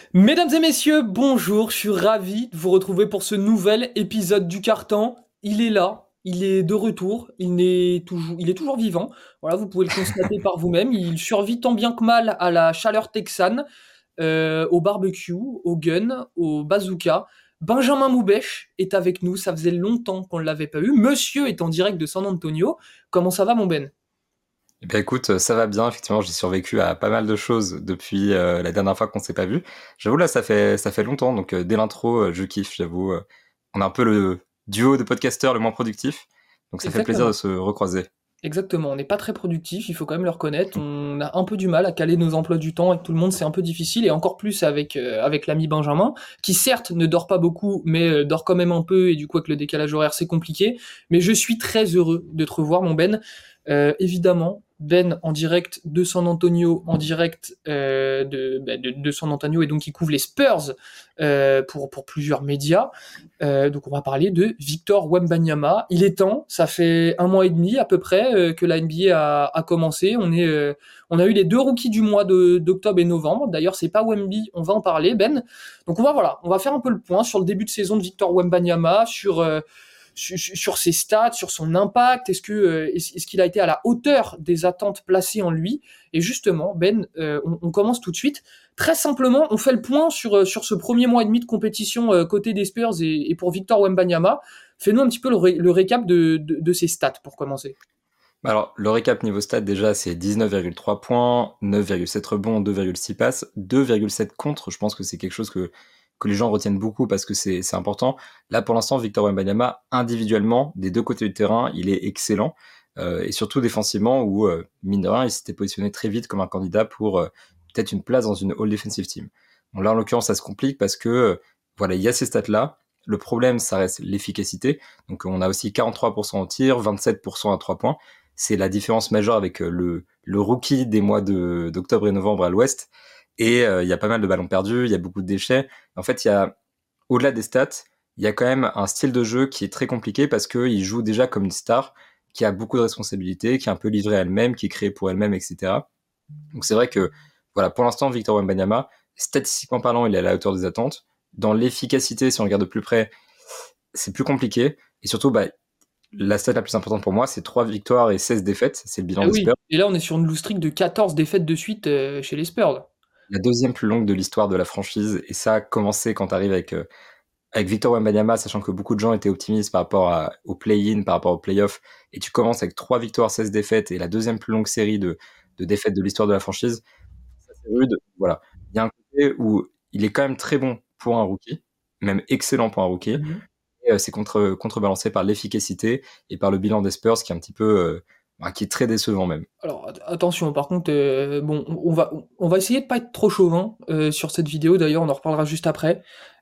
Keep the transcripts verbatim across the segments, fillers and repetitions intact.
Mesdames et messieurs, bonjour, je suis ravi de vous retrouver pour ce nouvel épisode du Carton. Il est là, il est de retour, il est toujours, il est toujours vivant. Voilà, vous pouvez le constater par vous-même. Il survit tant bien que mal à la chaleur texane, euh, au barbecue, au gun, au bazooka. Benjamin Moubèche est avec nous, ça faisait longtemps qu'on ne l'avait pas eu. Monsieur est en direct de San Antonio. Comment ça va, mon Ben? Eh bien écoute, ça va bien, effectivement, j'ai survécu à pas mal de choses depuis euh, la dernière fois qu'on s'est pas vu. J'avoue là, ça fait ça fait longtemps, donc euh, dès l'intro, euh, je kiffe, j'avoue. euh, on est un peu le duo de podcasteurs le moins productif, donc ça fait plaisir de Exactement. se recroiser. Exactement, on n'est pas très productif, il faut quand même le reconnaître. On a un peu du mal à caler nos emplois du temps avec tout le monde, c'est un peu difficile, et encore plus avec, euh, avec l'ami Benjamin, qui certes ne dort pas beaucoup, mais euh, dort quand même un peu, et du coup avec le décalage horaire c'est compliqué. Mais je suis très heureux de te revoir, mon Ben. Euh, évidemment, Ben en direct de San Antonio, en direct euh, de, bah, de, de San Antonio, et donc qui couvre les Spurs euh, pour, pour plusieurs médias. Euh, donc on va parler de Victor Wembanyama. Il est temps, ça fait un mois et demi à peu près euh, que la N B A a, a commencé. On est, euh, on a eu les deux rookies du mois de, d'octobre et novembre. D'ailleurs, c'est pas Wemby, on va en parler, Ben. Donc on va voilà, on va faire un peu le point sur le début de saison de Victor Wembanyama, sur euh, sur, sur ses stats, sur son impact. Est-ce que euh, est-ce, est-ce qu'il a été à la hauteur des attentes placées en lui? Et justement, Ben, euh, on, on commence tout de suite. Très simplement, on fait le point sur, euh, sur ce premier mois et demi de compétition euh, côté des Spurs et, et pour Victor Wembanyama. Fais-nous un petit peu le, ré- le récap de, de, de ses stats pour commencer. Alors, le récap niveau stat, déjà, c'est dix-neuf virgule trois points, neuf virgule sept rebonds, deux virgule six passes, deux virgule sept contre. Je pense que c'est quelque chose que, que les gens retiennent beaucoup parce que c'est, c'est important. Là, pour l'instant, Victor Wembanyama, individuellement, des deux côtés du terrain, il est excellent. Euh, et surtout défensivement, où, euh, mine de rien, il s'était positionné très vite comme un candidat pour euh, peut-être une place dans une All-Defensive Team. Bon, là, en l'occurrence, ça se complique parce que, euh, voilà, il y a ces stats-là. Le problème, ça reste l'efficacité. Donc, on a aussi quarante-trois pour cent au tir, vingt-sept pour cent à trois points. C'est la différence majeure avec euh, le, le rookie des mois de, d'octobre et novembre à l'ouest. Et euh, il y a pas mal de ballons perdus, il y a beaucoup de déchets. En fait, il y a, au-delà des stats, il y a quand même un style de jeu qui est très compliqué parce qu'il joue déjà comme une star, qui a beaucoup de responsabilités, qui est un peu livrée à elle-même, qui est créée pour elle-même, et cetera. Donc c'est vrai que, voilà, pour l'instant, Victor Wembanyama, statistiquement parlant, il est à la hauteur des attentes. Dans l'efficacité, si on regarde de plus près, c'est plus compliqué. Et surtout, bah, la stat la plus importante pour moi, c'est trois victoires et seize défaites. C'est le bilan Eh des oui, Spurs. et là on est sur une lose streak de quatorze défaites de suite euh, chez les Spurs. La deuxième plus longue de l'histoire de la franchise. Et ça a commencé quand tu arrives avec, euh, avec Victor Wembanyama, sachant que beaucoup de gens étaient optimistes par rapport à, au play-in, par rapport au play-off. Et tu commences avec trois victoires, seize défaites et la deuxième plus longue série de, de défaites de l'histoire de la franchise. Ça, c'est rude. Voilà. Il y a un côté où il est quand même très bon pour un rookie, même excellent pour un rookie. Mhm. Et euh, c'est contre, contrebalancé par l'efficacité et par le bilan des Spurs qui est un petit peu, euh, bah, qui est très décevant même. Alors at- attention, par contre, euh, bon, on on va on va essayer de pas être trop chauvin euh, sur cette vidéo. D'ailleurs, on en reparlera juste après.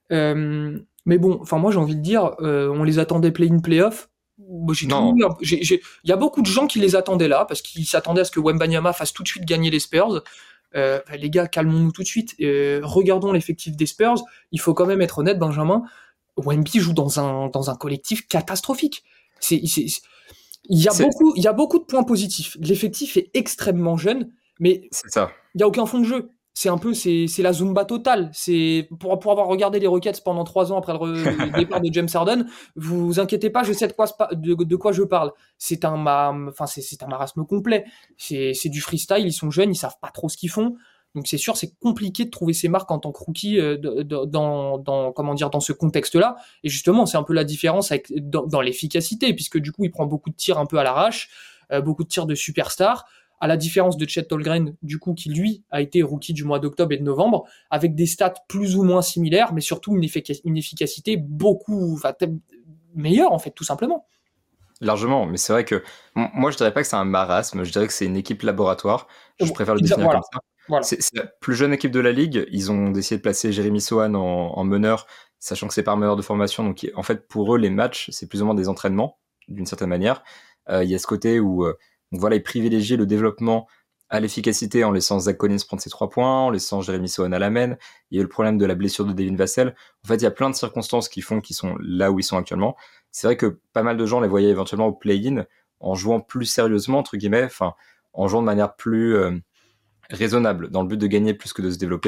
Euh, mais bon, enfin moi j'ai envie de dire, euh, on les attendait play-in, play-off. Moi, J'ai tout, Non, j'ai, j'ai- il y a beaucoup de gens qui les attendaient là parce qu'ils s'attendaient à ce que Wembanyama fasse tout de suite gagner les Spurs. Euh, bah, les gars, calmons-nous tout de suite. Euh, regardons l'effectif des Spurs. Il faut quand même être honnête, Benjamin. Wemby joue dans un dans un collectif catastrophique. C'est, c'est- il y a c'est beaucoup, il y a beaucoup de points positifs. L'effectif est extrêmement jeune, mais c'est ça. il y a aucun fond de jeu. C'est un peu, c'est, c'est la Zumba totale. C'est pour, pour avoir regardé les Rockets pendant trois ans après le, re- le départ de James Harden. Vous vous inquiétez pas, je sais de quoi, se pa- de, de quoi je parle. C'est un, ma- enfin, c'est, c'est un marasme complet. C'est, c'est du freestyle. Ils sont jeunes, ils savent pas trop ce qu'ils font. Donc c'est sûr, c'est compliqué de trouver ses marques en tant que rookie euh, de- de- dans, dans, comment dire, dans ce contexte-là. Et justement, c'est un peu la différence avec, dans, dans l'efficacité, puisque du coup, il prend beaucoup de tirs un peu à l'arrache, euh, beaucoup de tirs de superstar à la différence de Chet Holmgren, du coup, qui lui a été rookie du mois d'octobre et de novembre, avec des stats plus ou moins similaires, mais surtout une, effic- une efficacité beaucoup, enfin, meilleure, en fait, tout simplement. Largement, mais c'est vrai que m- moi je dirais pas que c'est un marasme, je dirais que c'est une équipe laboratoire. Je Bon, préfère le exa- définir voilà, comme ça. voilà. C'est c'est la plus jeune équipe de la ligue. Ils ont décidé de placer Jérémy Sohan en, en meneur, sachant que c'est par meneur de formation. Donc en fait pour eux les matchs c'est plus ou moins des entraînements d'une certaine manière. Euh, Il y a ce côté où euh, donc voilà ils privilégient le développement à l'efficacité en laissant Zach Collins prendre ses trois points, en laissant Jérémy Sohan à la main. Il y a eu le problème de la blessure de Devin Vassell. En fait il y a plein de circonstances qui font qu'ils sont là où ils sont actuellement. C'est vrai que pas mal de gens les voyaient éventuellement au play-in en jouant plus sérieusement, entre guillemets, enfin, en jouant de manière plus euh, raisonnable, dans le but de gagner plus que de se développer.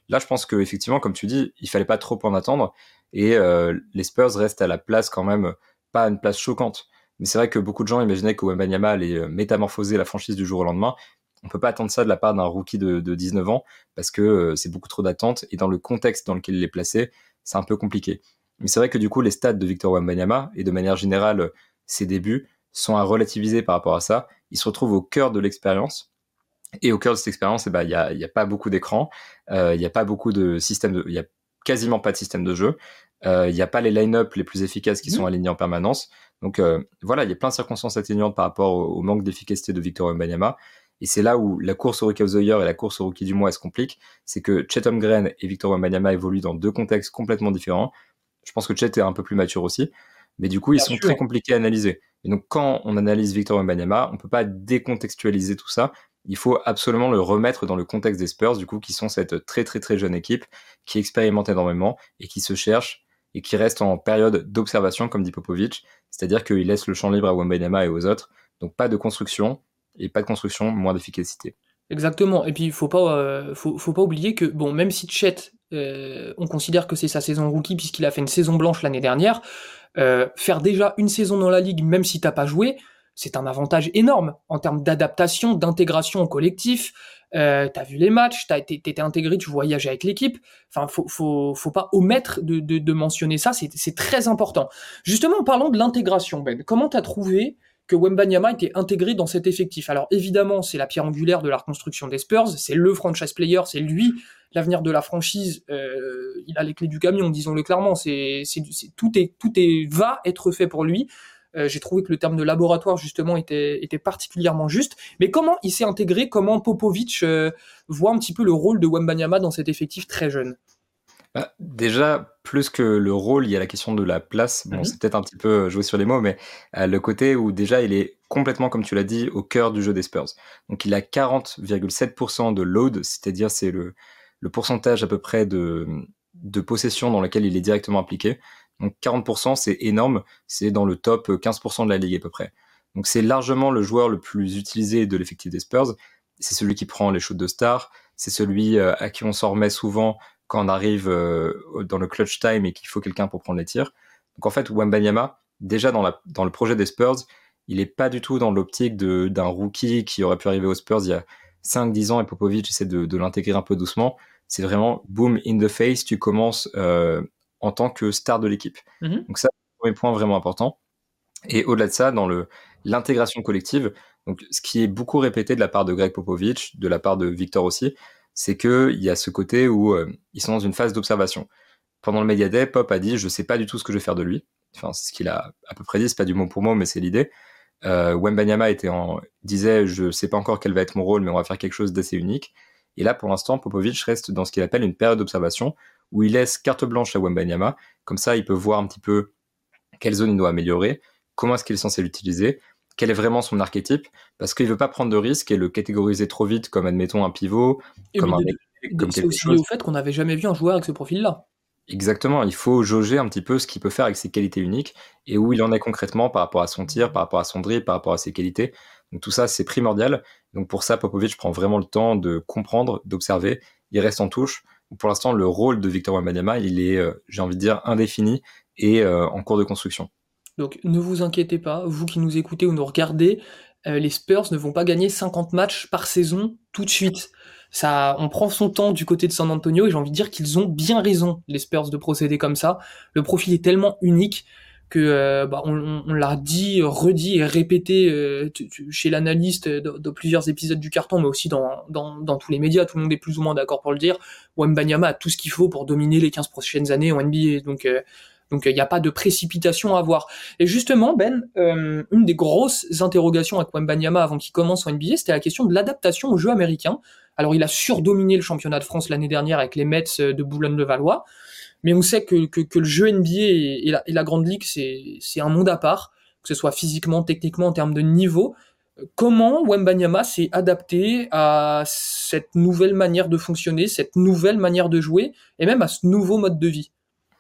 Là, je pense que effectivement, comme tu dis, il fallait pas trop en attendre et euh, les Spurs restent à la place quand même, pas à une place choquante. Mais c'est vrai que beaucoup de gens imaginaient que Wembanyama allait euh, métamorphoser la franchise du jour au lendemain. On peut pas attendre ça de la part d'un rookie de, de dix-neuf ans parce que euh, c'est beaucoup trop d'attentes et dans le contexte dans lequel il est placé, c'est un peu compliqué. Mais c'est vrai que du coup, les stats de Victor Wembanyama et de manière générale, ses débuts sont à relativiser par rapport à ça. Il se retrouve au cœur de l'expérience. Et au cœur de cette expérience, il eh ben, y, a, y a pas beaucoup d'écrans, il euh, y a pas beaucoup de systèmes, de, il y a quasiment pas de système de jeu, il euh, y a pas les line-up les plus efficaces qui mmh. sont alignés en permanence. Donc euh, voilà, il y a plein de circonstances atténuantes par rapport au, au manque d'efficacité de Victor Wembanyama. Et c'est là où la course au Rookie of the Year et la course au Rookie du mois elle se complique. C'est que Chet Holmgren et Victor Wembanyama évoluent dans deux contextes complètement différents. Je pense que Chet est un peu plus mature aussi. Mais du coup, ils Bien sont sûr. très compliqués à analyser. Et donc, quand on analyse Victor Wembanyama, on peut pas décontextualiser tout ça. Il faut absolument le remettre dans le contexte des Spurs, du coup, qui sont cette très très très jeune équipe qui expérimente énormément et qui se cherche et qui reste en période d'observation, comme dit Popovic, c'est-à-dire qu'il laisse le champ libre à Wembanyama et aux autres. Donc, pas de construction et pas de construction, moins d'efficacité. Exactement. Et puis, il faut pas, euh, faut, faut pas oublier que, bon, même si Chet, euh, on considère que c'est sa saison rookie puisqu'il a fait une saison blanche l'année dernière, euh, faire déjà une saison dans la ligue, même si t'as pas joué, c'est un avantage énorme en termes d'adaptation, d'intégration au collectif. Euh, t'as vu les matchs, t'as été, t'étais intégré, tu voyages avec l'équipe. Enfin, faut, faut, faut pas omettre de, de, de mentionner ça. C'est, c'est très important. Justement, en parlant de l'intégration, Ben, comment t'as trouvé que Wembanyama était intégré dans cet effectif? Alors évidemment, c'est la pierre angulaire de la reconstruction des Spurs. C'est le franchise player, c'est lui l'avenir de la franchise. Euh, il a les clés du camion, disons-le clairement. C'est, c'est, c'est tout est, tout est va être fait pour lui. Euh, j'ai trouvé que le terme de laboratoire, justement, était, était particulièrement juste. Mais comment il s'est intégré? Comment Popovic euh, voit un petit peu le rôle de Wembanyama dans cet effectif très jeune? Bah, déjà, plus que le rôle, il y a la question de la place. Bon, mm-hmm. c'est peut-être un petit peu joué sur les mots, mais euh, le côté où déjà il est complètement, comme tu l'as dit, au cœur du jeu des Spurs. Donc il a quarante virgule sept pour cent de load, c'est-à-dire c'est le, le pourcentage à peu près de, de possession dans lequel il est directement impliqué. Donc quarante pour cent, c'est énorme, c'est dans le top quinze pour cent de la ligue à peu près. Donc c'est largement le joueur le plus utilisé de l'effectif des Spurs. C'est celui qui prend les shoots de star, c'est celui euh, à qui on s'en remet souvent quand on arrive euh, dans le clutch time et qu'il faut quelqu'un pour prendre les tirs. Donc en fait, Wembanyama, déjà dans, la, dans le projet des Spurs, il est pas du tout dans l'optique de, d'un rookie qui aurait pu arriver aux Spurs il y a cinq dix ans et Popovic essaie de, de l'intégrer un peu doucement. C'est vraiment boom in the face, tu commences euh, en tant que star de l'équipe. Mm-hmm. Donc ça, c'est le premier point vraiment important. Et au-delà de ça, dans le, l'intégration collective, donc ce qui est beaucoup répété de la part de Greg Popovich, de la part de Victor aussi, c'est qu'il y a ce côté où euh, ils sont dans une phase d'observation. Pendant le Media Day, Pop a dit « je sais pas du tout ce que je vais faire de lui ». Enfin, c'est ce qu'il a à peu près dit, c'est pas du mot pour mot, mais c'est l'idée. Euh, Wembanyama était en, disait « je sais pas encore quel va être mon rôle, mais on va faire quelque chose d'assez unique ». Et là, pour l'instant, Popovic reste dans ce qu'il appelle une période d'observation, où il laisse carte blanche à Wembanyama. Comme ça, il peut voir un petit peu quelle zone il doit améliorer, comment est-ce qu'il est censé l'utiliser, quel est vraiment son archétype, parce qu'il veut pas prendre de risques et le catégoriser trop vite comme, admettons, un pivot, et comme un de, de, comme quelque chose. C'est aussi lié au fait qu'on n'avait jamais vu un joueur avec ce profil-là. Exactement, il faut jauger un petit peu ce qu'il peut faire avec ses qualités uniques et où il en est concrètement par rapport à son tir, par rapport à son dribble, par rapport à ses qualités. Donc tout ça, c'est primordial. Donc pour ça, Popovic prend vraiment le temps de comprendre, d'observer. Il reste en touche. Pour l'instant, le rôle de Victor Wembanyama, il est, euh, j'ai envie de dire, indéfini et euh, en cours de construction. Donc ne vous inquiétez pas, vous qui nous écoutez ou nous regardez, euh, les Spurs ne vont pas gagner cinquante matchs par saison tout de suite. Ça, on prend son temps du côté de San Antonio et j'ai envie de dire qu'ils ont bien raison, les Spurs, de procéder comme ça. Le profil est tellement unique que euh, bah, on, on l'a dit, redit et répété euh, tu, tu, chez l'analyste de, de plusieurs épisodes du carton, mais aussi dans, dans, dans tous les médias, tout le monde est plus ou moins d'accord pour le dire. Wembanyama a tout ce qu'il faut pour dominer les quinze prochaines années en N B A, donc euh, donc il n'y a pas de précipitation à avoir. Et justement, Ben, euh, une des grosses interrogations avec Wembanyama avant qu'il commence en N B A, c'était la question de l'adaptation au jeu américain. Alors il a surdominé le championnat de France l'année dernière avec les Mets de Boulogne-le-Valois, mais on sait que, que, que le jeu N B A et, et, la, et la Grande Ligue, c'est, c'est un monde à part, que ce soit physiquement, techniquement, en termes de niveau. Comment Wembanyama s'est adapté à cette nouvelle manière de fonctionner, cette nouvelle manière de jouer, et même à ce nouveau mode de vie?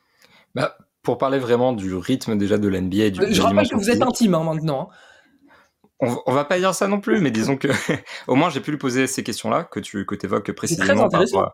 Bah, pour parler vraiment du rythme déjà de l'N B A, du, je rappelle que vous êtes intime hein, maintenant. On, on va pas dire ça non plus, mais disons que au moins j'ai pu lui poser ces questions-là que tu que évoques précisément. C'est très intéressant. Par rapport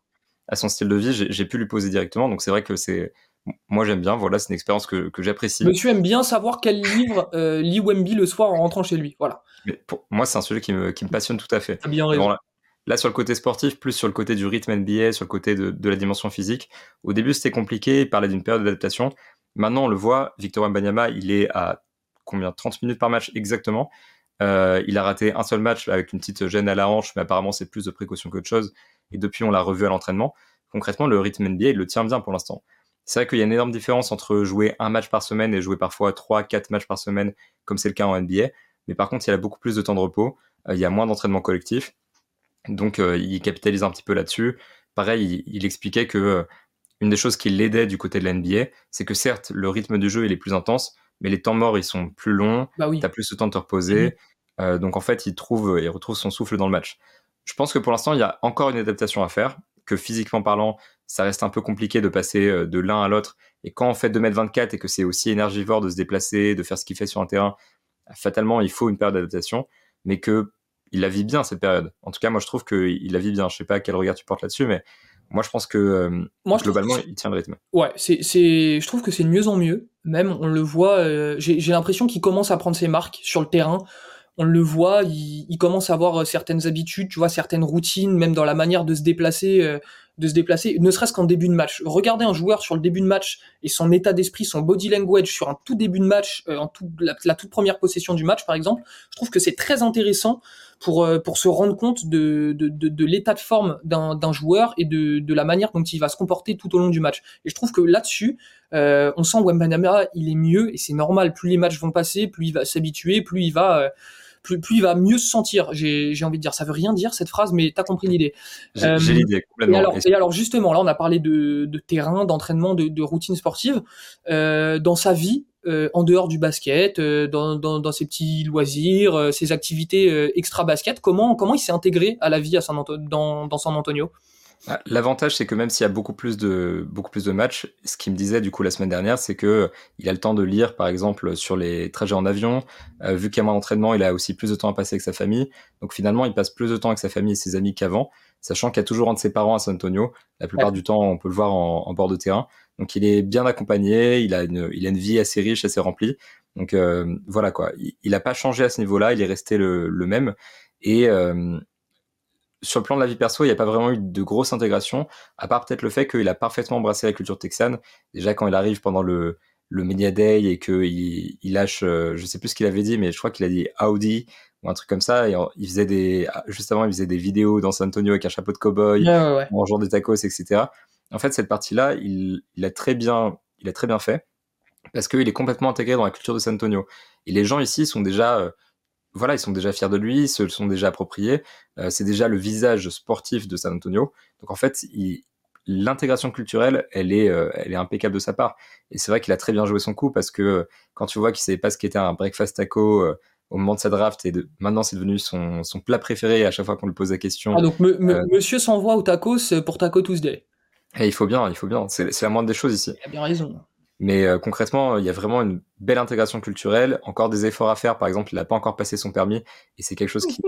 à son style de vie, j'ai, j'ai pu lui poser directement. Donc c'est vrai que c'est, moi j'aime bien. Voilà, c'est une expérience que, que j'apprécie. Monsieur aime bien savoir quel livre euh, lit Wemby le soir en rentrant chez lui. Voilà. Mais pour moi, c'est un sujet qui me, qui me passionne tout à fait. T'as bien Mais bon, raison. là, là, sur le côté sportif, plus sur le côté du rythme N B A, sur le côté de, de la dimension physique, au début, c'était compliqué. Il parlait d'une période d'adaptation. Maintenant, on le voit, Victor Wembanyama, il est à combien trente minutes par match exactement. Euh, il a raté un seul match avec une petite gêne à la hanche, mais apparemment, c'est plus de précaution qu'autre chose. Et depuis, on l'a revu à l'entraînement. Concrètement, le rythme N B A, il le tient bien pour l'instant. C'est vrai qu'il y a une énorme différence entre jouer un match par semaine et jouer parfois trois, quatre matchs par semaine, comme c'est le cas en N B A. Mais par contre, il y a beaucoup plus de temps de repos, euh, il y a moins d'entraînement collectif, donc euh, il capitalise un petit peu là-dessus. Pareil, il, il expliquait que euh, une des choses qui l'aidait du côté de la N B A, c'est que certes, le rythme du jeu il est plus intense, mais les temps morts ils sont plus longs, Bah oui. t'as plus de temps de te Mhm. reposer, euh, donc en fait, il trouve, il retrouve son souffle dans le match. Je pense que pour l'instant, il y a encore une adaptation à faire, que physiquement parlant, ça reste un peu compliqué de passer euh, de l'un à l'autre, et quand on fait deux mètres vingt-quatre et que c'est aussi énergivore de se déplacer, de faire ce qu'il fait sur un terrain, fatalement, il faut une période d'adaptation, mais que il la vit bien cette période. En tout cas, moi, je trouve qu'il la vit bien. Je sais pas quel regard tu portes là-dessus, mais moi, je pense que euh, Moi, je trouve que globalement, c'est- il tient le rythme. ouais, c'est, c'est, je trouve que c'est de mieux en mieux. Même, on le voit. euh, j'ai, j'ai l'impression qu'il commence à prendre ses marques sur le terrain. On le voit, il, il commence à avoir euh, certaines habitudes, tu vois, certaines routines, même dans la manière de se déplacer, euh, de se déplacer, ne serait-ce qu'en début de match. Regardez un joueur sur le début de match et son état d'esprit, son body language sur un tout début de match, euh, en tout, la, la toute première possession du match, par exemple. Je trouve que c'est très intéressant pour euh, pour se rendre compte de de, de, de l'état de forme d'un d'un joueur et de de la manière dont il va se comporter tout au long du match. Et je trouve que là-dessus, euh, on sent Wembanyama, il est mieux et c'est normal. Plus les matchs vont passer, plus il va s'habituer, plus il va euh, plus, plus il va mieux se sentir. J'ai, j'ai envie de dire, ça veut rien dire cette phrase, mais t'as compris l'idée. J'ai Euh, j'ai l'idée et complètement. alors, Et et alors justement, là, on a parlé de, de terrain, d'entraînement, de, de routine sportive. Euh, dans sa vie, euh, en dehors du basket, euh, dans, dans, dans ses petits loisirs, euh, ses activités euh, extra basket, comment comment il s'est intégré à la vie à San Anto- dans, dans San Antonio? Ah, l'avantage, c'est que même s'il y a beaucoup plus de beaucoup plus de matchs, ce qu'il me disait du coup la semaine dernière, c'est que euh, il a le temps de lire, par exemple, sur les trajets en avion. Euh, vu qu'il y a moins d'entraînement, il a aussi plus de temps à passer avec sa famille. Donc finalement, il passe plus de temps avec sa famille et ses amis qu'avant, sachant qu'il y a toujours un de ses parents à San Antonio. La plupart Ouais. du temps, on peut le voir en, en bord de terrain. Donc il est bien accompagné, il a une il a une vie assez riche, assez remplie. Donc euh, voilà quoi. Il, il a pas changé à ce niveau-là, il est resté le, le même. Et euh, sur le plan de la vie perso, il n'y a pas vraiment eu de grosse intégration, à part peut-être le fait qu'il a parfaitement embrassé la culture texane. Déjà, quand il arrive pendant le, le Media Day et qu'il il lâche, euh, je sais plus ce qu'il avait dit, mais je crois qu'il a dit Audi ou un truc comme ça. Et en- il faisait des, juste avant, il faisait des vidéos dans San Antonio avec un chapeau de Ouais, cow-boy, ouais, ouais. en mangeant des tacos, et cetera. En fait, cette partie-là, il, il a très bien, il a très bien fait parce qu'il est complètement intégré dans la culture de San Antonio. Et les gens ici sont déjà euh, voilà, ils sont déjà fiers de lui, ils se le sont déjà appropriés. Euh, c'est déjà le visage sportif de San Antonio. Donc en fait, il- l'intégration culturelle, elle est, euh, elle est impeccable de sa part. Et c'est vrai qu'il a très bien joué son coup parce que euh, quand tu vois qu'il savait pas ce qu'était un breakfast taco euh, au moment de sa draft et de, maintenant c'est devenu son, son plat préféré à chaque fois qu'on lui pose la question. Ah, donc me- me- Euh, monsieur s'envoie au tacos pour Taco Tuesday. et il faut bien, il faut bien. C'est, c'est la moindre des choses ici. Il a bien raison. Mais euh, concrètement, il y a vraiment une belle intégration culturelle. Encore des efforts à faire. Par exemple, il n'a pas encore passé son permis et c'est quelque chose qui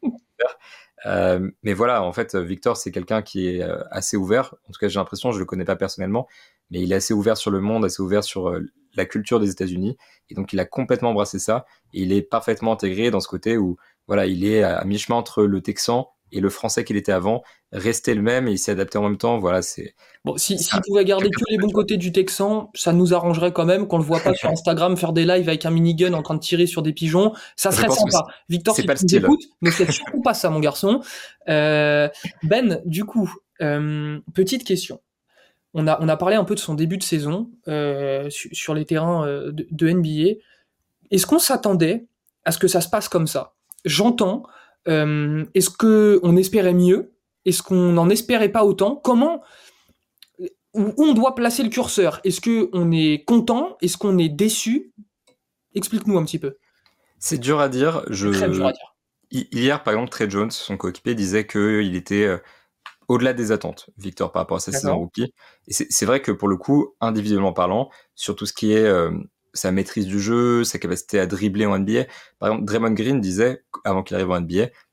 Euh, mais voilà, en fait, Victor, c'est quelqu'un qui est euh, assez ouvert. En tout cas, j'ai l'impression, je le connais pas personnellement, mais il est assez ouvert sur le monde, assez ouvert sur euh, la culture des États-Unis. Et donc, il a complètement embrassé ça. Et il est parfaitement intégré dans ce côté où, voilà, il est à, à mi-chemin entre le texan et le français qu'il était avant, resté le même et il s'est adapté en même temps. Voilà, c'est, Bon, si, c'est s'il un- pouvait garder quelqu'un que de les bons culture. côtés du Texan, ça nous arrangerait quand même qu'on le voit pas sur Instagram faire des lives avec un minigun en train de tirer sur des pigeons. Ça Je serait pense que sympa. Victor, c'est si pas tu le nous style. écoutes, ne fais surtout pas ça, mon garçon. Euh, Ben, du coup, euh, petite question. On a, on a parlé un peu de son début de saison euh, su- sur les terrains euh, de, de N B A. Est-ce qu'on s'attendait à ce que ça se passe comme ça? J'entends. Euh, est-ce que on espérait mieux? Est-ce qu'on n'en espérait pas autant? Comment où on doit placer le curseur? Est-ce que on est content? Est-ce qu'on est déçu? Explique-nous un petit peu. C'est dur à dire. C'est très dur Je... à dire. Hi- Hier, par exemple, Trey Jones, son coéquipier, disait qu'il était euh, au-delà des attentes, Victor, par rapport à sa saison D'accord. rookie. Et c'est c'est vrai que pour le coup, individuellement parlant, sur tout ce qui est euh, sa maîtrise du jeu, sa capacité à dribbler en N B A, par exemple, Draymond Green disait, avant qu'il arrive en N B A,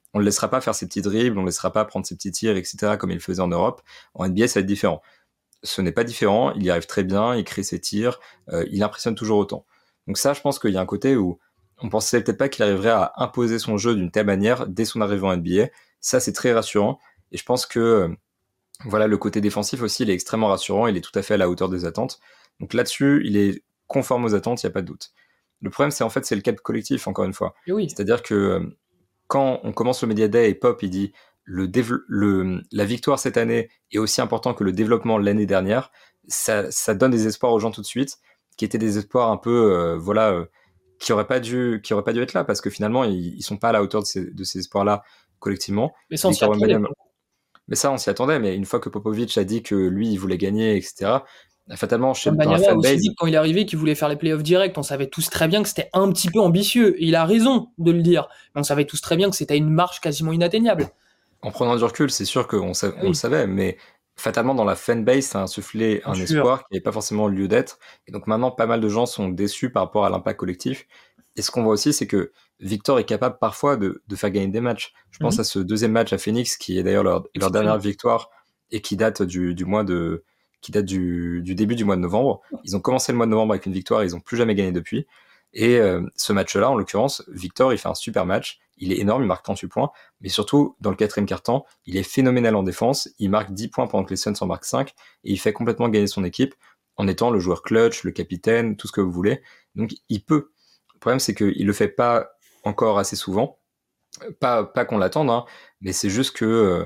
on le laissera pas faire ses petits dribbles, on le laissera pas prendre ses petits tirs, et cetera comme il le faisait en Europe. En N B A, ça va être différent. Ce n'est pas différent, il y arrive très bien, il crée ses tirs, euh, il impressionne toujours autant. Donc ça, je pense qu'il y a un côté où on pensait peut-être pas qu'il arriverait à imposer son jeu d'une telle manière dès son arrivée en N B A. Ça, c'est très rassurant. Et je pense que euh, voilà, le côté défensif aussi, il est extrêmement rassurant, il est tout à fait à la hauteur des attentes. Donc là-dessus, il est conforme aux attentes, il n'y a pas de doute. Le problème, c'est en fait, c'est le cap collectif, encore une fois. Et oui. C'est-à-dire que euh, quand on commence le Media Day et Pop, il dit le, dév- le la victoire cette année est aussi important que le développement l'année dernière, ça, ça donne des espoirs aux gens tout de suite, qui étaient des espoirs un peu, euh, voilà, euh, qui auraient pas dû, qui auraient pas dû être là, parce que finalement, ils, ils sont pas à la hauteur de ces, de ces espoirs-là collectivement. Mais ça, on s'y Victor attendait. Wembanyama, mais ça, on s'y attendait. Mais une fois que Popovic a dit que lui, il voulait gagner, et cetera, fatalement, chez, dans la Wembanyama a aussi fanbase, dit que quand il est arrivé qu'il voulait faire les playoffs directs. On savait tous très bien que c'était un petit peu ambitieux. Et il a raison de le dire. Mais on savait tous très bien que c'était une marche quasiment inatteignable. en prenant du recul, c'est sûr qu'on sa- on le Oui, savait, mais fatalement, dans la fanbase, ça a insufflé bien un sûr. espoir qui n'avait pas forcément lieu d'être. Et donc maintenant, pas mal de gens sont déçus par rapport à l'impact collectif. Et ce qu'on voit aussi, c'est que Victor est capable parfois de, de faire gagner des matchs. Je pense Mhm. à ce deuxième match à Phoenix, qui est d'ailleurs leur, leur dernière Exceptionnel. victoire et qui date du, du mois de, qui date du, du début du mois de novembre. Ils ont commencé le mois de novembre avec une victoire, ils n'ont plus jamais gagné depuis. Et euh, ce match-là, en l'occurrence, Victor, il fait un super match. Il est énorme, il marque trente-huit points. Mais surtout, dans le quatrième quart-temps, il est phénoménal en défense. Il marque dix points pendant que les Suns en marquent cinq. Et il fait complètement gagner son équipe en étant le joueur clutch, le capitaine, tout ce que vous voulez. Donc, il peut. Le problème, c'est qu'il le fait pas encore assez souvent. Pas, pas qu'on l'attende, hein, mais c'est juste que euh,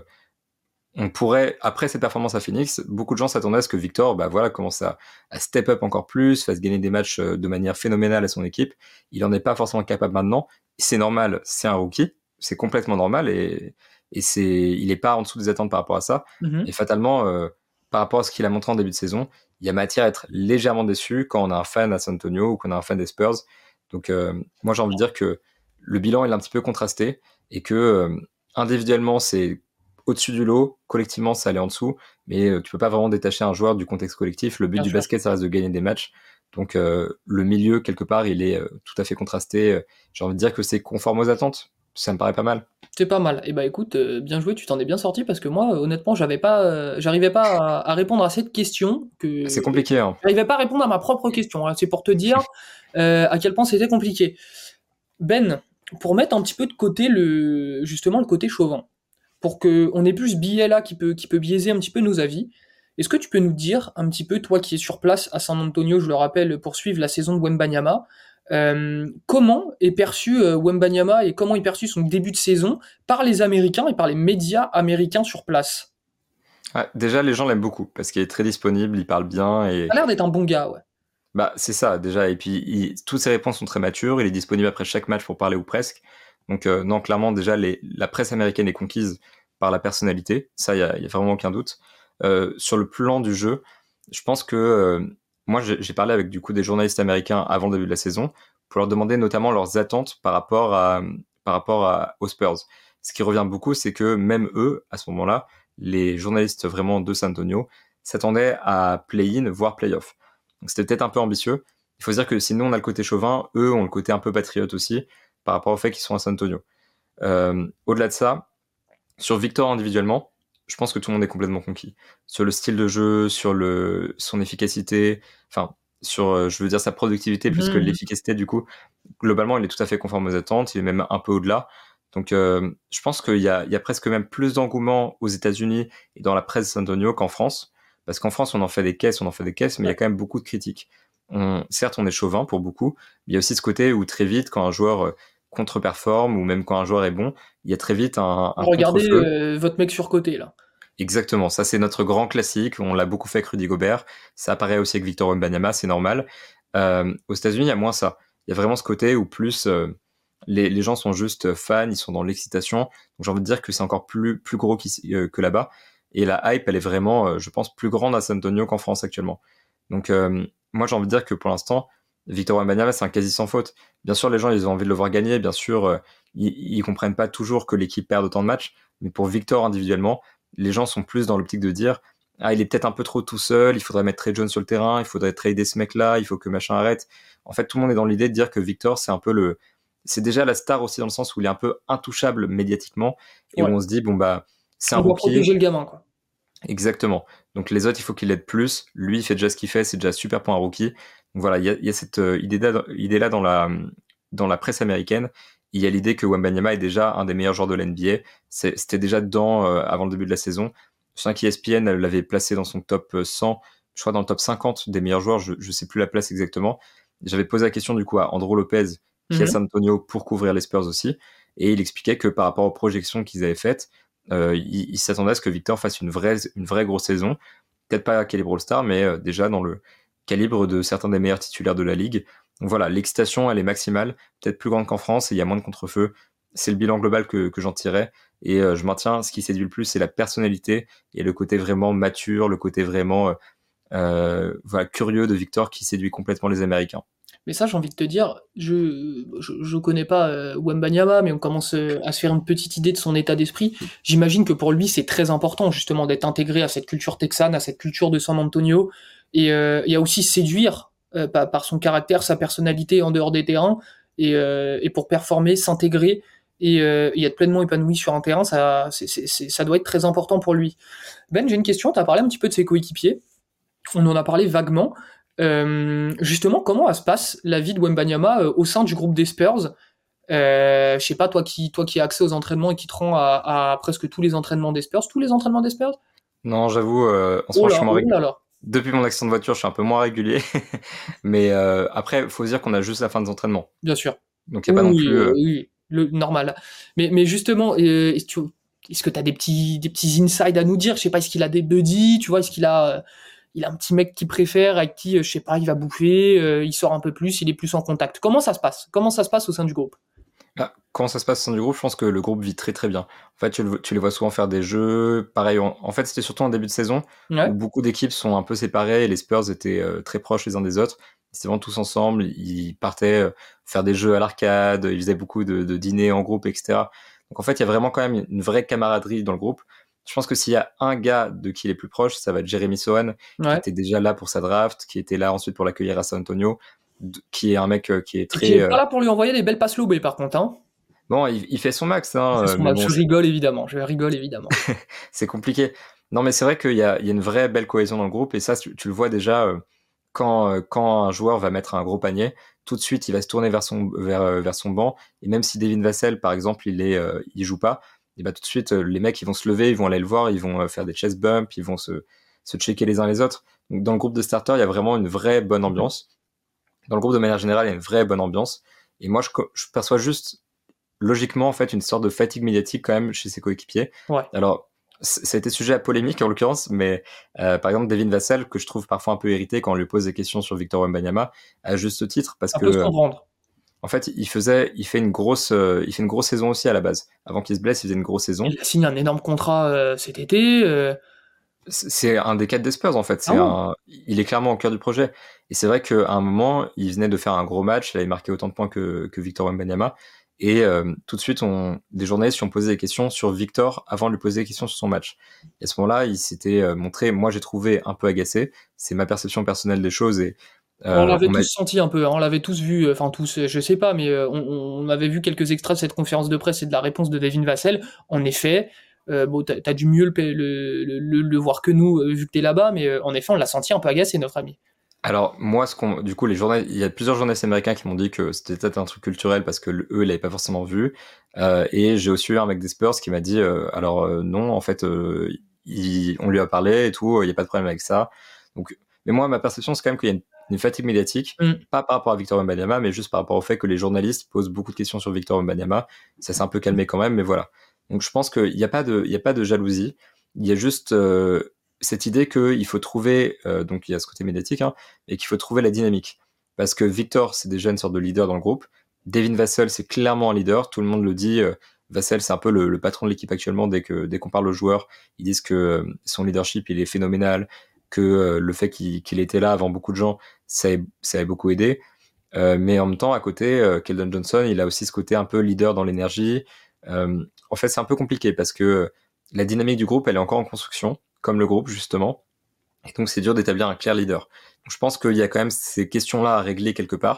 on pourrait, après cette performance à Phoenix, beaucoup de gens s'attendaient à ce que Victor, bah voilà, commence à, à step up encore plus, fasse gagner des matchs euh, de manière phénoménale à son équipe. Il en est pas forcément capable maintenant. C'est normal, c'est un rookie, c'est complètement normal et, et c'est, il est pas en dessous des attentes par rapport à ça. Mhm. Et fatalement, euh, par rapport à ce qu'il a montré en début de saison, il y a matière à être légèrement déçu quand on a un fan à San Antonio ou qu'on a un fan des Spurs. Donc, euh, moi, j'ai envie de dire que le bilan il est un petit peu contrasté et que euh, individuellement, c'est au-dessus du lot, collectivement ça allait en dessous, mais euh, tu peux pas vraiment détacher un joueur du contexte collectif. Le but Bien du sûr. basket, ça reste de gagner des matchs. Donc euh, le milieu, quelque part, il est euh, tout à fait contrasté. Euh, J'ai envie de dire que c'est conforme aux attentes. Ça me paraît pas mal. C'est pas mal. Et bah écoute, euh, bien joué, tu t'en es bien sorti parce que moi, euh, honnêtement, j'avais pas, euh, j'arrivais pas à, à répondre à cette question C'est que compliqué, hein. j'arrivais pas à répondre à ma propre question, hein. C'est pour te dire euh, à quel point c'était compliqué. Ben, pour mettre un petit peu de côté le, justement le côté chauvin, pour que on ait plus ce biais là qui peut, qui peut biaiser un petit peu nos avis. Est-ce que tu peux nous dire un petit peu, toi qui es sur place à San Antonio, je le rappelle, pour suivre la saison de Wembanyama, euh, comment est perçu euh, Wembanyama et comment est perçu son début de saison par les Américains et par les médias américains sur place? Ouais, déjà, les gens l'aiment beaucoup parce qu'il est très disponible, il parle bien Ça et a l'air d'être un bon gars, ouais. bah c'est ça déjà. Et puis il- toutes ses réponses sont très matures. Il est disponible après chaque match pour parler ou presque. Donc euh, non, clairement déjà les, la presse américaine est conquise par la personnalité. Ça, il y a, y a vraiment aucun doute. Euh, sur le plan du jeu, je pense que euh, moi j'ai j'ai parlé avec du coup des journalistes américains avant le début de la saison pour leur demander notamment leurs attentes par rapport à par rapport à, aux Spurs. Ce qui revient beaucoup, c'est que même eux, à ce moment-là, les journalistes vraiment de San Antonio s'attendaient à play-in, voire play-off. Donc c'était peut-être un peu ambitieux. Il faut se dire que si nous on a le côté chauvin, eux ont le côté un peu patriote aussi par rapport au fait qu'ils sont à San Antonio. Euh, au-delà de ça, sur Victor individuellement, je pense que tout le monde est complètement conquis. Sur le style de jeu, sur le, son efficacité, enfin, sur, euh, je veux dire, sa productivité plus que Mhm. l'efficacité, du coup, globalement, il est tout à fait conforme aux attentes, il est même un peu au-delà. Donc, euh, je pense qu'il y a, il y a presque même plus d'engouement aux États-Unis et dans la presse de San Antonio qu'en France. Parce qu'en France, on en fait des caisses, on en fait des caisses, mais il y a Ouais. quand même beaucoup de critiques. On, certes, on est chauvin pour beaucoup, mais il y a aussi ce côté où très vite, quand un joueur euh, contre-performe ou même quand un joueur est bon, il y a très vite un, un Regardez contre-feu. euh, votre mec surcoté là. Exactement, ça c'est notre grand classique, on l'a beaucoup fait avec Rudy Gobert, ça apparaît aussi avec Victor Wembanyama, c'est normal. Euh, aux États-Unis, il y a moins ça. Il y a vraiment ce côté où plus euh, les, les gens sont juste fans, ils sont dans l'excitation. Donc j'ai envie de dire que c'est encore plus, plus gros qu'ici- euh, que là-bas. Et la hype, elle est vraiment, euh, je pense, plus grande à San Antonio qu'en France actuellement. Donc euh, moi j'ai envie de dire que pour l'instant, Victor Wembanyama, c'est un quasi sans faute. Bien sûr, les gens, ils ont envie de le voir gagner. Bien sûr, euh, ils, ils comprennent pas toujours que l'équipe perd autant de matchs. Mais pour Victor individuellement, les gens sont plus dans l'optique de dire ah il est peut-être un peu trop tout seul, il faudrait mettre Trey Jones sur le terrain, il faudrait trader ce mec-là, il faut que machin arrête. En fait, tout le monde est dans l'idée de dire que Victor c'est un peu le c'est déjà la star aussi dans le sens où il est un peu intouchable médiatiquement et où Ouais. on se dit bon bah c'est un On doit rookie. protéger le gamin, quoi. Exactement. Donc les autres, il faut qu'il l'aide plus. Lui, il fait déjà ce qu'il fait, c'est déjà super pour un rookie. Donc voilà, il y a, il y a cette euh, idée-là, idée-là dans la, dans la presse américaine. Il y a l'idée que Wembanyama est déjà un des meilleurs joueurs de l'N B A. C'est- C'était déjà dedans euh, avant le début de la saison. Je sais qu'E S P N l'avait placé dans son top cent, je crois dans le top cinquante des meilleurs joueurs, je, je sais plus la place exactement. J'avais posé la question du coup à Andrew Lopez, qui est à Mhm. San Antonio pour couvrir les Spurs aussi, et il expliquait que par rapport aux projections qu'ils avaient faites, euh, il, il s'attendait à ce que Victor fasse une vraie, une vraie grosse saison. Peut-être pas à calibre All-Star, mais euh, déjà dans le calibre de certains des meilleurs titulaires de la ligue. Donc voilà, l'excitation, elle est maximale, peut-être plus grande qu'en France, et il y a moins de contre-feu. C'est le bilan global que, que j'en tirais. Et euh, je maintiens, ce qui séduit le plus, c'est la personnalité et le côté vraiment mature, le côté vraiment euh, euh, voilà, curieux de Victor qui séduit complètement les Américains. Mais ça, j'ai envie de te dire, je je, je connais pas euh, Wembanyama, mais on commence euh, à se faire une petite idée de son état d'esprit. J'imagine que pour lui, c'est très important justement d'être intégré à cette culture texane, à cette culture de San Antonio, et euh, il y a aussi séduire euh, par, par son caractère, sa personnalité en dehors des terrains, et, euh, et pour performer, s'intégrer et, euh, et être pleinement épanoui sur un terrain, ça, c'est, c'est, c'est- ça doit être très important pour lui. Ben, j'ai une question. Tu as parlé un petit peu de ses coéquipiers. On en a parlé vaguement. Euh, justement, comment elle se passe la vie de Wembanyama euh, au sein du groupe des Spurs? Euh, je sais pas, toi qui, toi qui as accès aux entraînements et qui te rends à, à presque tous les entraînements des Spurs, tous les entraînements des Spurs? Non, j'avoue, euh, en ce Oh moment, je là, suis moins oh régulier. là là, Depuis mon accident de voiture, je suis un peu moins régulier. Mais euh, après, il faut se dire qu'on a juste la fin des entraînements. bien sûr. Donc, il n'y a pas non Oui, plus... euh, euh, oui, le normal. Mais, mais justement, euh, est-ce que tu est-ce que t'as des petits, des petits insides à nous dire? Je sais pas, est-ce qu'il a des buddies, tu vois, est-ce qu'il a, euh, il a un petit mec qu'il préfère, avec qui, euh, je sais pas, il va bouffer, euh, il sort un peu plus, il est plus en contact. Comment ça se passe? Comment ça se passe au sein du groupe? Ah, comment ça se passe au sein du groupe? Je pense que le groupe vit très très bien. En fait, tu, le- tu les vois souvent faire des jeux. Pareil, en, en fait, c'était surtout en début de saison Ouais. où beaucoup d'équipes sont un peu séparées et les Spurs étaient euh, très proches les uns des autres. Ils étaient vraiment tous ensemble. Ils partaient euh, faire des jeux à l'arcade. Ils faisaient beaucoup de, de dîners en groupe, et cetera. Donc en fait, il y a vraiment quand même une vraie camaraderie dans le groupe. Je pense que s'il y a un gars de qui il est plus proche, ça va être Jeremy Sohan, qui Ouais. était déjà là pour sa draft, qui était là ensuite pour l'accueillir à San Antonio, d- qui est un mec euh, qui est Et qui très... est pas euh, là pour lui envoyer des belles passes lobées, par contre, hein. Bon, il, il fait son max, Il hein, fait euh, son mais match. bon, Je rigole évidemment, je rigole évidemment. c'est compliqué. Non, mais c'est vrai qu'il y a, il y a une vraie belle cohésion dans le groupe, et ça, tu, tu le vois déjà euh, quand, euh, quand un joueur va mettre un gros panier, tout de suite, il va se tourner vers son, vers, euh, vers son banc, et même si Devin Vassell, par exemple, il est, euh, il joue pas, et bah tout de suite, euh, les mecs, ils vont se lever, ils vont aller le voir, ils vont euh, faire des chest bumps, ils vont se, se checker les uns les autres. Donc, dans le groupe de starters, il y a vraiment une vraie bonne ambiance. Dans le groupe de manière générale, il y a une vraie bonne ambiance. Et moi, je, co- je perçois juste logiquement en fait une sorte de fatigue médiatique quand même chez ses coéquipiers. Ouais. Alors c- ça a été sujet à polémique en l'occurrence, mais euh, par exemple Devin Vassell que je trouve parfois un peu irrité quand on lui pose des questions sur Victor Wembanyama à juste titre parce Ça que peut se euh, comprendre. en fait il faisait il fait une grosse euh, il fait une grosse saison aussi à la base. Avant qu'il se blesse, il faisait une grosse saison. Il a signé un énorme contrat euh, cet été. euh. C'est c'est un des quatre des Spurs en fait. Ah C'est ouais. un, il est clairement au cœur du projet. Et c'est vrai qu'à un moment, il venait de faire un gros match. Il avait marqué autant de points que, que Victor Wembanyama. Et euh, tout de suite, on, des journalistes lui ont posé des questions sur Victor avant de lui poser des questions sur son match. Et à ce moment-là, il s'était euh, montré, moi j'ai trouvé un peu agacé. C'est ma perception personnelle des choses. Et On euh, l'avait on m'a tous senti un peu, hein, on l'avait tous vu, euh, enfin tous, euh, je sais pas, mais euh, on, on avait vu quelques extraits de cette conférence de presse et de la réponse de Devin Vassell. En effet, euh, bon, t'as, t'as dû mieux le, le, le, le voir que nous, euh, vu que t'es là-bas, mais euh, en effet, on l'a senti un peu agacé, notre ami. Alors moi, ce qu'on, du coup, les journalistes, il y a plusieurs journalistes américains qui m'ont dit que c'était peut-être un truc culturel parce que le- eux, ils l'avaient pas forcément vu. Euh, et j'ai aussi eu un mec des Spurs qui m'a dit, euh, alors euh, non, en fait, euh, il- on lui a parlé et tout, il y a pas de problème avec ça. Donc, mais moi, ma perception, c'est quand même qu'il y a une, une fatigue médiatique, Mm. pas par rapport à Victor Wembanyama, mais juste par rapport au fait que les journalistes posent beaucoup de questions sur Victor Wembanyama. Ça s'est un peu calmé quand même, mais voilà. Donc je pense qu'il n'y a pas de, il y a pas de jalousie. Il y a juste euh, cette idée qu'il faut trouver, euh, donc il y a ce côté médiatique, hein, et qu'il faut trouver la dynamique. Parce que Victor, c'est déjà une sorte de leader dans le groupe. Devin Vassell, c'est clairement un leader. Tout le monde le dit. euh, Vassell, c'est un peu le, le patron de l'équipe actuellement. Dès que dès qu'on parle aux joueurs, ils disent que euh, son leadership, il est phénoménal, que euh, le fait qu'il qu'il était là avant beaucoup de gens, ça a, ça a beaucoup aidé. Euh, mais en même temps, à côté, euh, Keldon Johnson, il a aussi ce côté un peu leader dans l'énergie. Euh, en fait, c'est un peu compliqué parce que la dynamique du groupe, elle est encore en construction, comme le groupe justement. Et donc, c'est dur d'établir un clair leader. Donc, je pense qu'il y a quand même ces questions-là à régler quelque part.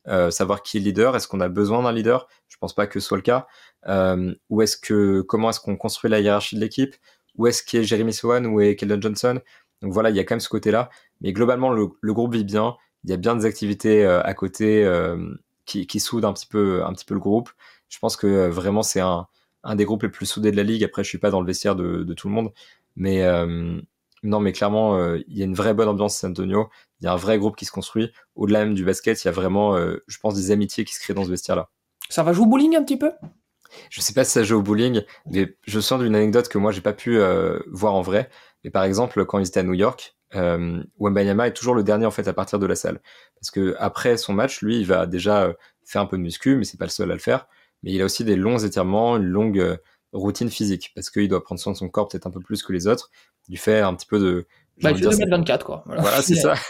euh, savoir qui est le leader. Est-ce qu'on a besoin d'un leader? Je pense pas que ce soit le cas. Euh, ou est-ce que comment est-ce qu'on construit la hiérarchie de l'équipe? Où est-ce qu'il y a Jeremy Sohan ou est Keldon Johnson? Donc voilà, il y a quand même ce côté-là. Mais globalement, le, le groupe vit bien. Il y a bien des activités euh, à côté euh, qui, qui soudent un petit peu, un petit peu le groupe. Je pense que euh, vraiment c'est un, un des groupes les plus soudés de la ligue. Après, je suis pas dans le vestiaire de, de tout le monde, mais euh, non, mais clairement, euh, il y a une vraie bonne ambiance à San Antonio. Il y a un vrai groupe qui se construit. Au-delà même du basket, il y a vraiment, euh, je pense, des amitiés qui se créent dans ce vestiaire-là. Ça va jouer au bowling un petit peu? Je sais pas si ça joue au bowling, mais je sens d'une anecdote que moi j'ai pas pu euh, voir en vrai. Mais par exemple, quand ils étaient à New York, euh, Wembanyama est toujours le dernier en fait à partir de la salle, parce que après son match, lui, il va déjà euh, faire un peu de muscu, mais c'est pas le seul à le faire. Mais il a aussi des longs étirements, une longue euh, routine physique, parce qu'il doit prendre soin de son corps peut-être un peu plus que les autres, du fait un petit peu de, j'ai Bah, il envie de fait dire, c'est deux mètres vingt-quatre, quoi. Voilà. voilà, c'est ça,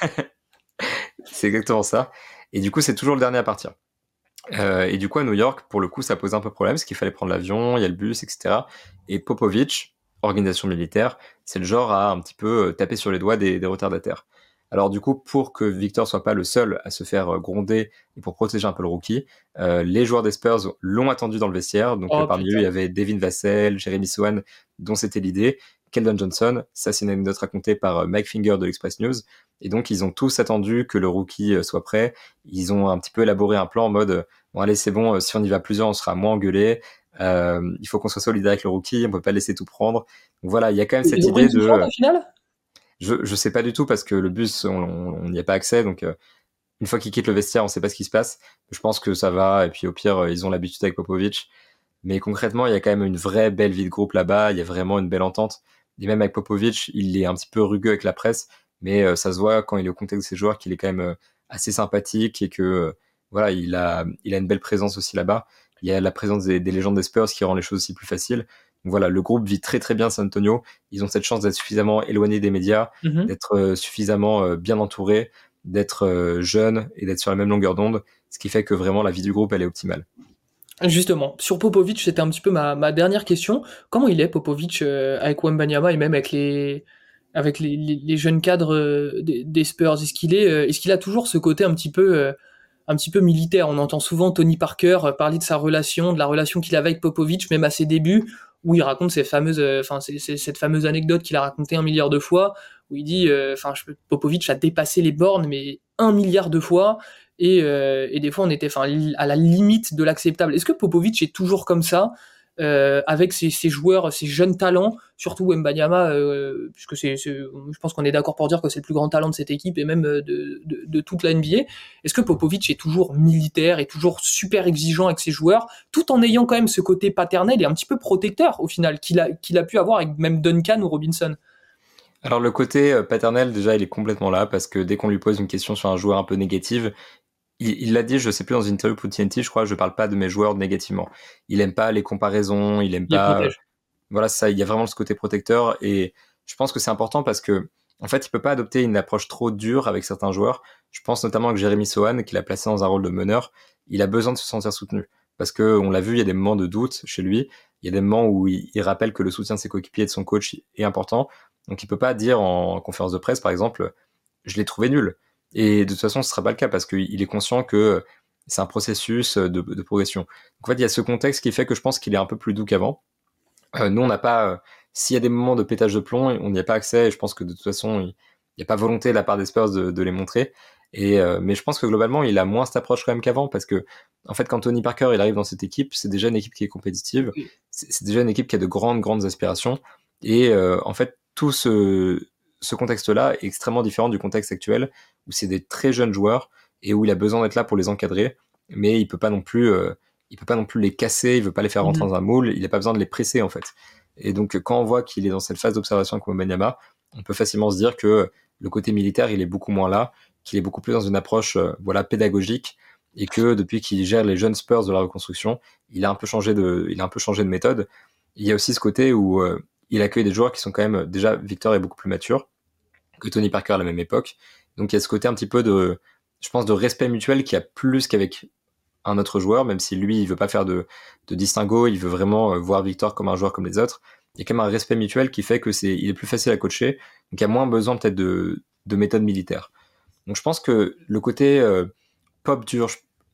c'est exactement ça. Et du coup, c'est toujours le dernier à partir. Euh, et du coup, à New York, pour le coup, ça posait un peu problème, parce qu'il fallait prendre l'avion, il y a le bus, et cetera. Et Popovich, organisation militaire, c'est le genre à un petit peu euh, taper sur les doigts des, des retardataires. Alors du coup, pour que Victor soit pas le seul à se faire euh, gronder et pour protéger un peu le rookie, euh, les joueurs des Spurs l'ont attendu dans le vestiaire. Donc euh, Oh parmi eux, il y putain. avait Devin Vassell, Jeremy Sohan, dont c'était l'idée, Keldon Johnson. Ça, c'est une anecdote racontée par euh, Mike Finger de l'Express News. Et donc, ils ont tous attendu que le rookie euh, soit prêt. Ils ont un petit peu élaboré un plan en mode euh, bon allez c'est bon, euh, si on y va plusieurs on sera moins engueulé, euh, il faut qu'on soit solidaire avec le rookie, on peut pas laisser tout prendre. Donc voilà, il y a quand même cette Ils ont pris une idée de souffrante euh, au final? je je sais pas du tout parce que le bus on n'y a pas accès, donc euh, une fois qu'ils quittent le vestiaire on sait pas ce qui se passe. Je pense que ça va et puis au pire euh, ils ont l'habitude avec Popovich, mais concrètement il y a quand même une vraie belle vie de groupe là-bas, il y a vraiment une belle entente. Et même avec Popovich il est un petit peu rugueux avec la presse, mais euh, ça se voit quand il est au contact de ses joueurs qu'il est quand même euh, assez sympathique et que euh, voilà, il a, il a une belle présence aussi là-bas. Il y a la présence des, des légendes des Spurs qui rend les choses aussi plus faciles. Donc voilà, le groupe vit très très bien à San Antonio. Ils ont cette chance d'être suffisamment éloignés des médias, Mhm. d'être euh, suffisamment euh, bien entourés, d'être euh, jeunes et d'être sur la même longueur d'onde, ce qui fait que vraiment la vie du groupe elle est optimale. Justement, sur Popovic, c'était un petit peu ma, ma dernière question. Comment il est, Popovic, euh, avec Wembanyama et même avec les, avec les, les, les jeunes cadres euh, des, des Spurs? Est-ce qu'il est, euh, est-ce qu'il a toujours ce côté un petit peu, euh, un petit peu militaire? On entend souvent Tony Parker euh, parler de sa relation, de la relation qu'il avait avec Popovic, même à ses débuts, où il raconte ces fameuses, euh, enfin, c'est, c'est cette fameuse anecdote qu'il a racontée un milliard de fois, où il dit, euh, enfin, je- Popovic a dépassé les bornes, mais un milliard de fois. Et, euh, et des fois on était enfin à la limite de l'acceptable. Est-ce que Popovic est toujours comme ça euh, avec ses, ses joueurs, ses jeunes talents, surtout Wembanyama, euh, puisque c'est, c'est, je pense qu'on est d'accord pour dire que c'est le plus grand talent de cette équipe et même euh, de, de, de toute la N B A. Est-ce que Popovic est toujours militaire et toujours super exigeant avec ses joueurs, tout en ayant quand même ce côté paternel et un petit peu protecteur au final qu'il a, qu'il a pu avoir avec même Duncan ou Robinson? Alors le côté euh, paternel déjà il est complètement là parce que dès qu'on lui pose une question sur un joueur un peu négative, il il l'a dit, je sais plus dans une interview pour T N T, je crois, je parle pas de mes joueurs négativement. Il aime pas les comparaisons, il aime Il les pas euh, protège. voilà, ça, il y a vraiment ce côté protecteur et je pense que c'est important parce que, en fait, il peut pas adopter une approche trop dure avec certains joueurs. Je pense notamment avec Jeremy Sohan, qu'il a placé dans un rôle de meneur. Il a besoin de se sentir soutenu parce que, on l'a vu, il y a des moments de doute chez lui. Il y a des moments où il, il rappelle que le soutien de ses coéquipiers et de son coach est important. Donc, il peut pas dire en conférence de presse, par exemple, je l'ai trouvé nul. Et de toute façon, ce sera pas le cas parce qu'il est conscient que c'est un processus de, de progression. Donc, en fait, il y a ce contexte qui fait que je pense qu'il est un peu plus doux qu'avant. Euh, nous, on n'a pas. Euh, S'il y a des moments de pétage de plomb, on n'y a pas accès. Et je pense que de toute façon, il n'y a pas volonté de la part des Spurs de, de les montrer. Et euh, mais je pense que globalement, il a moins cette approche quand même qu'avant parce que, en fait, quand Tony Parker il arrive dans cette équipe, c'est déjà une équipe qui est compétitive. Oui. C'est c'est déjà une équipe qui a de grandes, grandes aspirations. Et euh, en fait, tout ce, ce contexte-là est extrêmement différent du contexte actuel où c'est des très jeunes joueurs et où il a besoin d'être là pour les encadrer, mais il peut pas non plus. Euh, il peut pas non plus les casser, il veut pas les faire rentrer Mhm. dans un moule, il a pas besoin de les presser en fait. Et donc quand on voit qu'il est dans cette phase d'observation avec Wembanyama, on peut facilement se dire que le côté militaire il est beaucoup moins là, qu'il est beaucoup plus dans une approche euh, voilà pédagogique et que depuis qu'il gère les jeunes Spurs de la reconstruction, il a un peu changé de, il a un peu changé de méthode. Il y a aussi ce côté où euh, il accueille des joueurs qui sont quand même déjà Victor est beaucoup plus mature que Tony Parker à la même époque. Donc il y a ce côté un petit peu de, je pense, de respect mutuel qui a plus qu'avec un autre joueur, même si lui, il veut pas faire de, de distinguo, il veut vraiment euh, voir Victor comme un joueur comme les autres. Il y a quand même un respect mutuel qui fait que c'est, il est plus facile à coacher, donc il y a moins besoin peut-être de, de méthodes militaires. Donc je pense que le côté euh, pop dur,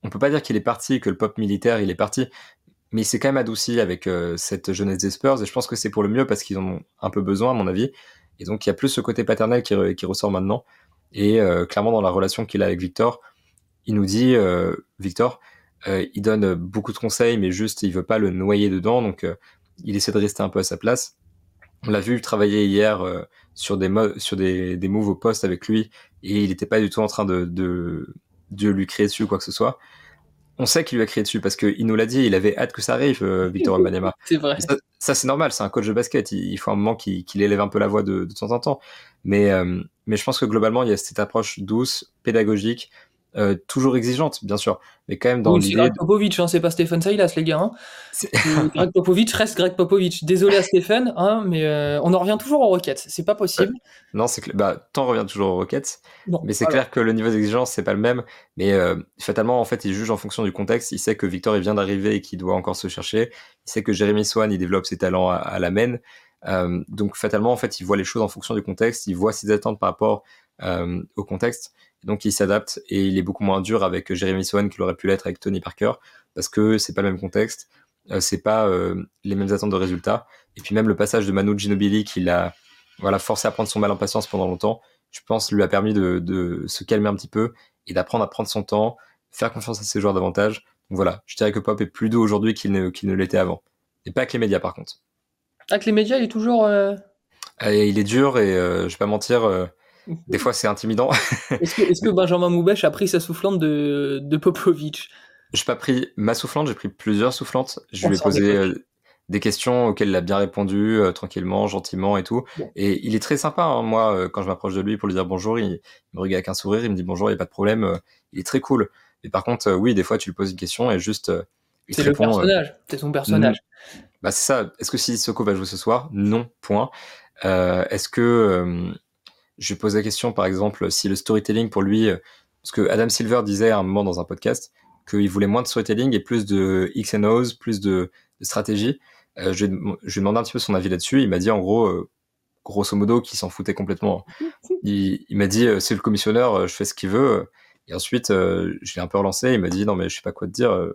on peut pas dire qu'il est parti, que le pop militaire, il est parti, mais il s'est quand même adouci avec euh, cette jeunesse des Spurs, et je pense que c'est pour le mieux parce qu'ils en ont un peu besoin, à mon avis. Et donc, il y a plus ce côté paternel qui, re- qui ressort maintenant. Et euh, clairement, dans la relation qu'il a avec Victor, il nous dit, euh, Victor, euh, il donne beaucoup de conseils, mais juste, il veut pas le noyer dedans, donc euh, il essaie de rester un peu à sa place. On l'a vu travailler hier euh, sur des mo- sur des, des moves au poste avec lui, et il n'était pas du tout en train de, de, de lui crier dessus ou quoi que ce soit. On sait qu'il lui a crié dessus parce qu'il nous l'a dit, il avait hâte que ça arrive, euh, Victor Wembanyama. C'est Mais vrai. ça, ça, c'est normal, c'est un coach de basket, il, il faut un moment qu'il qu'il élève un peu la voix de, de temps en temps. Mais, euh, mais je pense que globalement, il y a cette approche douce, pédagogique, euh, toujours exigeante, bien sûr, mais quand même dans Oui, c'est l'idée... Greg De... Popovich, hein, c'est pas Stephen Silas, les gars. Hein. c'est- Et Greg Popovich reste Greg Popovich. Désolé à Stephen, hein, mais euh, on en revient toujours aux Rockets. C'est pas possible. non, c'est que bah, temps revient toujours aux Rockets, Non, mais c'est voilà. clair que le niveau d'exigence, c'est pas le même. Mais euh, fatalement, en fait, il juge en fonction du contexte. Il sait que Victor, il vient d'arriver et qu'il doit encore se chercher. Il sait que Jeremy Swan, il développe ses talents à, à la main. Euh, donc, fatalement, en fait, il voit les choses en fonction du contexte. Il voit ses attentes par rapport euh, au contexte. Donc, il s'adapte et il est beaucoup moins dur avec Jeremy Swan qu'il aurait pu l'être avec Tony Parker parce que c'est pas le même contexte. Euh, c'est pas euh, les mêmes attentes de résultats. Et puis, même le passage de Manu Ginobili qu'il a voilà, forcé à prendre son mal en patience pendant longtemps, je pense, lui a permis de, de se calmer un petit peu et d'apprendre à prendre son temps, faire confiance à ses joueurs davantage. Donc voilà, je dirais que Pop est plus doux aujourd'hui qu'il ne, qu'il ne l'était avant. Et pas que les médias, par contre. Avec les médias, il est toujours. euh, Et il est dur et euh, je vais pas mentir, euh, des fois c'est intimidant. Est-ce que, est-ce que Benjamin Moubèche a pris sa soufflante de, de Popovich? J'ai pas pris ma soufflante, j'ai pris plusieurs soufflantes. Je On lui ai s'en posé déconne. euh, des questions auxquelles il a bien répondu, euh, tranquillement, gentiment et tout. Bon. Et il est très sympa, hein. Moi, euh, quand je m'approche de lui pour lui dire bonjour, il, il me regarde avec un sourire, il me dit bonjour, il n'y a pas de problème. euh, il est très cool. Mais par contre, euh, oui, des fois, tu lui poses une question et juste, euh, il te C'est le répond, euh, personnage. C'est son N- personnage. bah c'est ça. Est-ce que si Sissoko va jouer ce soir? Non, point. Euh, est-ce que euh, je lui pose la question, par exemple, si le storytelling pour lui, euh, parce que Adam Silver disait à un moment dans un podcast qu'il voulait moins de storytelling et plus de X and O's, plus de, de stratégie. Euh, je, lui ai dem- je lui ai demandé un petit peu son avis là-dessus. Il m'a dit en gros, euh, grosso modo, qu'il s'en foutait complètement. Il, il m'a dit, euh, c'est le commissionneur, euh, je fais ce qu'il veut. Et ensuite, euh, je l'ai un peu relancé. Il m'a dit, non mais je sais pas quoi te dire, euh,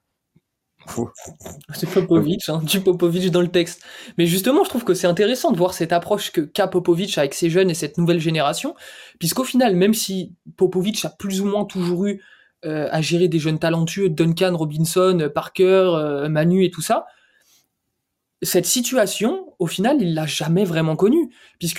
m'en fous. C'est Donc, Popovich, hein, du Popovich dans le texte. Mais justement, je trouve que c'est intéressant de voir cette approche que qu'a Popovich avec ces jeunes et cette nouvelle génération, puisqu'au final, même si Popovich a plus ou moins toujours eu euh, à gérer des jeunes talentueux, Duncan, Robinson, Parker, euh, Manu et tout ça, cette situation, au final, il l'a jamais vraiment connue, puisque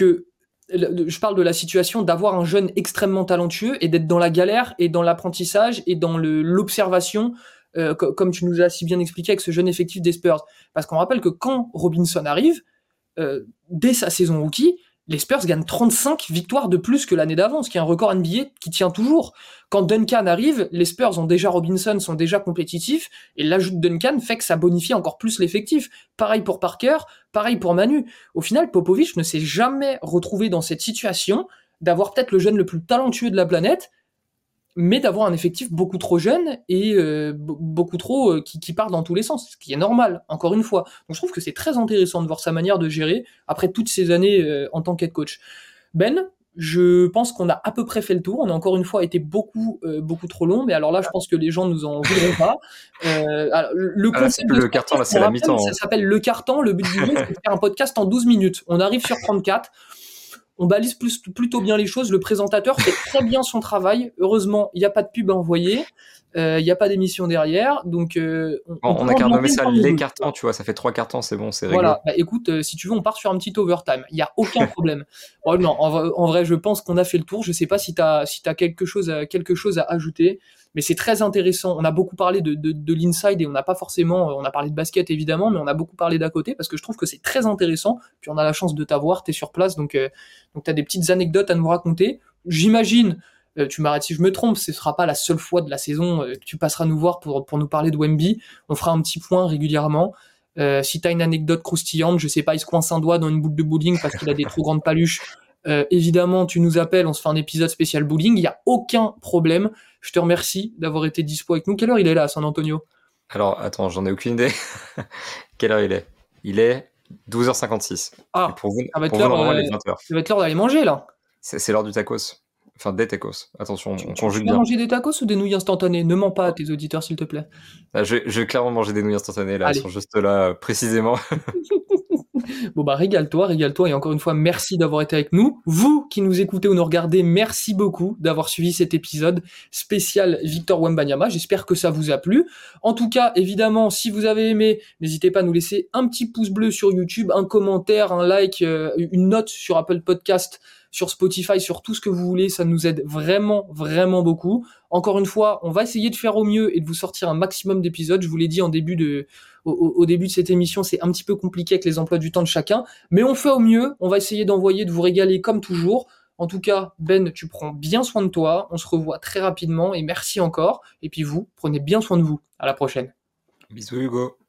je parle de la situation d'avoir un jeune extrêmement talentueux et d'être dans la galère et dans l'apprentissage et dans le, l'observation, euh, co- comme tu nous as si bien expliqué avec ce jeune effectif des Spurs. Parce qu'on rappelle que quand Robinson arrive, euh, dès sa saison rookie, les Spurs gagnent trente-cinq victoires de plus que l'année d'avant, ce qui est un record N B A qui tient toujours. Quand Duncan arrive, les Spurs ont déjà Robinson, sont déjà compétitifs, et l'ajout de Duncan fait que ça bonifie encore plus l'effectif. Pareil pour Parker, pareil pour Manu. Au final, Popovich ne s'est jamais retrouvé dans cette situation d'avoir peut-être le jeune le plus talentueux de la planète, mais d'avoir un effectif beaucoup trop jeune et euh, beaucoup trop euh, qui, qui part dans tous les sens, ce qui est normal, encore une fois. Donc je trouve que c'est très intéressant de voir sa manière de gérer après toutes ces années euh, en tant qu'head coach. Ben, je pense qu'on a à peu près fait le tour. On a encore une fois été beaucoup euh, beaucoup trop long, mais alors là, je pense que les gens nous en voudront pas. Euh, alors, le ah là, c'est concept plus de ce le carton, podcast, là, on c'est la rappelle, ça mi-temps. s'appelle le carton. Le but du jeu, c'est de faire un podcast en douze minutes. On arrive sur trente-quatre. On balise plus, plutôt bien les choses. Le présentateur fait très bien son travail. Heureusement, il n'y a pas de pub à envoyer. Euh, Il n'y a pas d'émission derrière. Donc, euh, on, Bon, on on peut a qu'à renommer ambiancer ça comme on les veut. cartons, tu vois, ça fait trois cartons, c'est bon, c'est Voilà. réglo. Bah, écoute, euh, si tu veux, on part sur un petit overtime. Il n'y a aucun problème. Bon, non, en, vrai- en vrai, je pense qu'on a fait le tour. Je sais pas si tu as si t'as quelque chose à, quelque chose à ajouter, mais c'est très intéressant. On a beaucoup parlé de, de, de l'inside et on n'a pas forcément, on a parlé de basket évidemment, mais on a beaucoup parlé d'à côté parce que je trouve que c'est très intéressant. Puis on a la chance de t'avoir, t'es sur place, donc euh, donc t'as des petites anecdotes à nous raconter. J'imagine. euh, tu m'arrêtes si je me trompe, ce sera pas la seule fois de la saison euh, que tu passeras nous voir pour, pour nous parler de Wemby. On fera un petit point régulièrement. Euh, si t'as une anecdote croustillante, je sais pas, il se coince un doigt dans une boule de bowling parce qu'il a des trop grandes paluches, euh, évidemment, tu nous appelles, on se fait un épisode spécial bowling, il y a aucun problème. Je te remercie d'avoir été dispo avec nous. Quelle heure il est là à San Antonio? Alors, attends, j'en ai aucune idée. Quelle heure il est? Il est douze heures cinquante-six. Et Ah, pour vous, ça va être pour vous l'heure, normalement, euh, il est vingt heures. ça va être l'heure d'aller manger là. C'est c'est l'heure du tacos. Enfin, des tacos. Attention, Tu, on tu, tu conjugue vas bien. manger des tacos ou des nouilles instantanées? Ne mens pas à tes auditeurs, s'il te plaît. Ah, je, vais, je vais clairement manger des nouilles instantanées, là, elles Allez. sont juste là, euh, précisément. Bon bah régale-toi, régale-toi et encore une fois merci d'avoir été avec nous. Vous qui nous écoutez ou nous regardez, merci beaucoup d'avoir suivi cet épisode spécial Victor Wembanyama. J'espère que ça vous a plu. En tout cas, évidemment, si vous avez aimé, n'hésitez pas à nous laisser un petit pouce bleu sur YouTube, un commentaire, un like, euh, une note sur Apple Podcast, sur Spotify, sur tout ce que vous voulez. Ça nous aide vraiment, vraiment beaucoup. Encore une fois, on va essayer de faire au mieux et de vous sortir un maximum d'épisodes. Je vous l'ai dit en début de Au, au, début de cette émission, c'est un petit peu compliqué avec les emplois du temps de chacun, mais on fait au mieux, on va essayer d'envoyer, de vous régaler comme toujours. En tout cas, Ben, tu prends bien soin de toi, on se revoit très rapidement et merci encore. Et puis vous, prenez bien soin de vous. À la prochaine. Bisous, Hugo.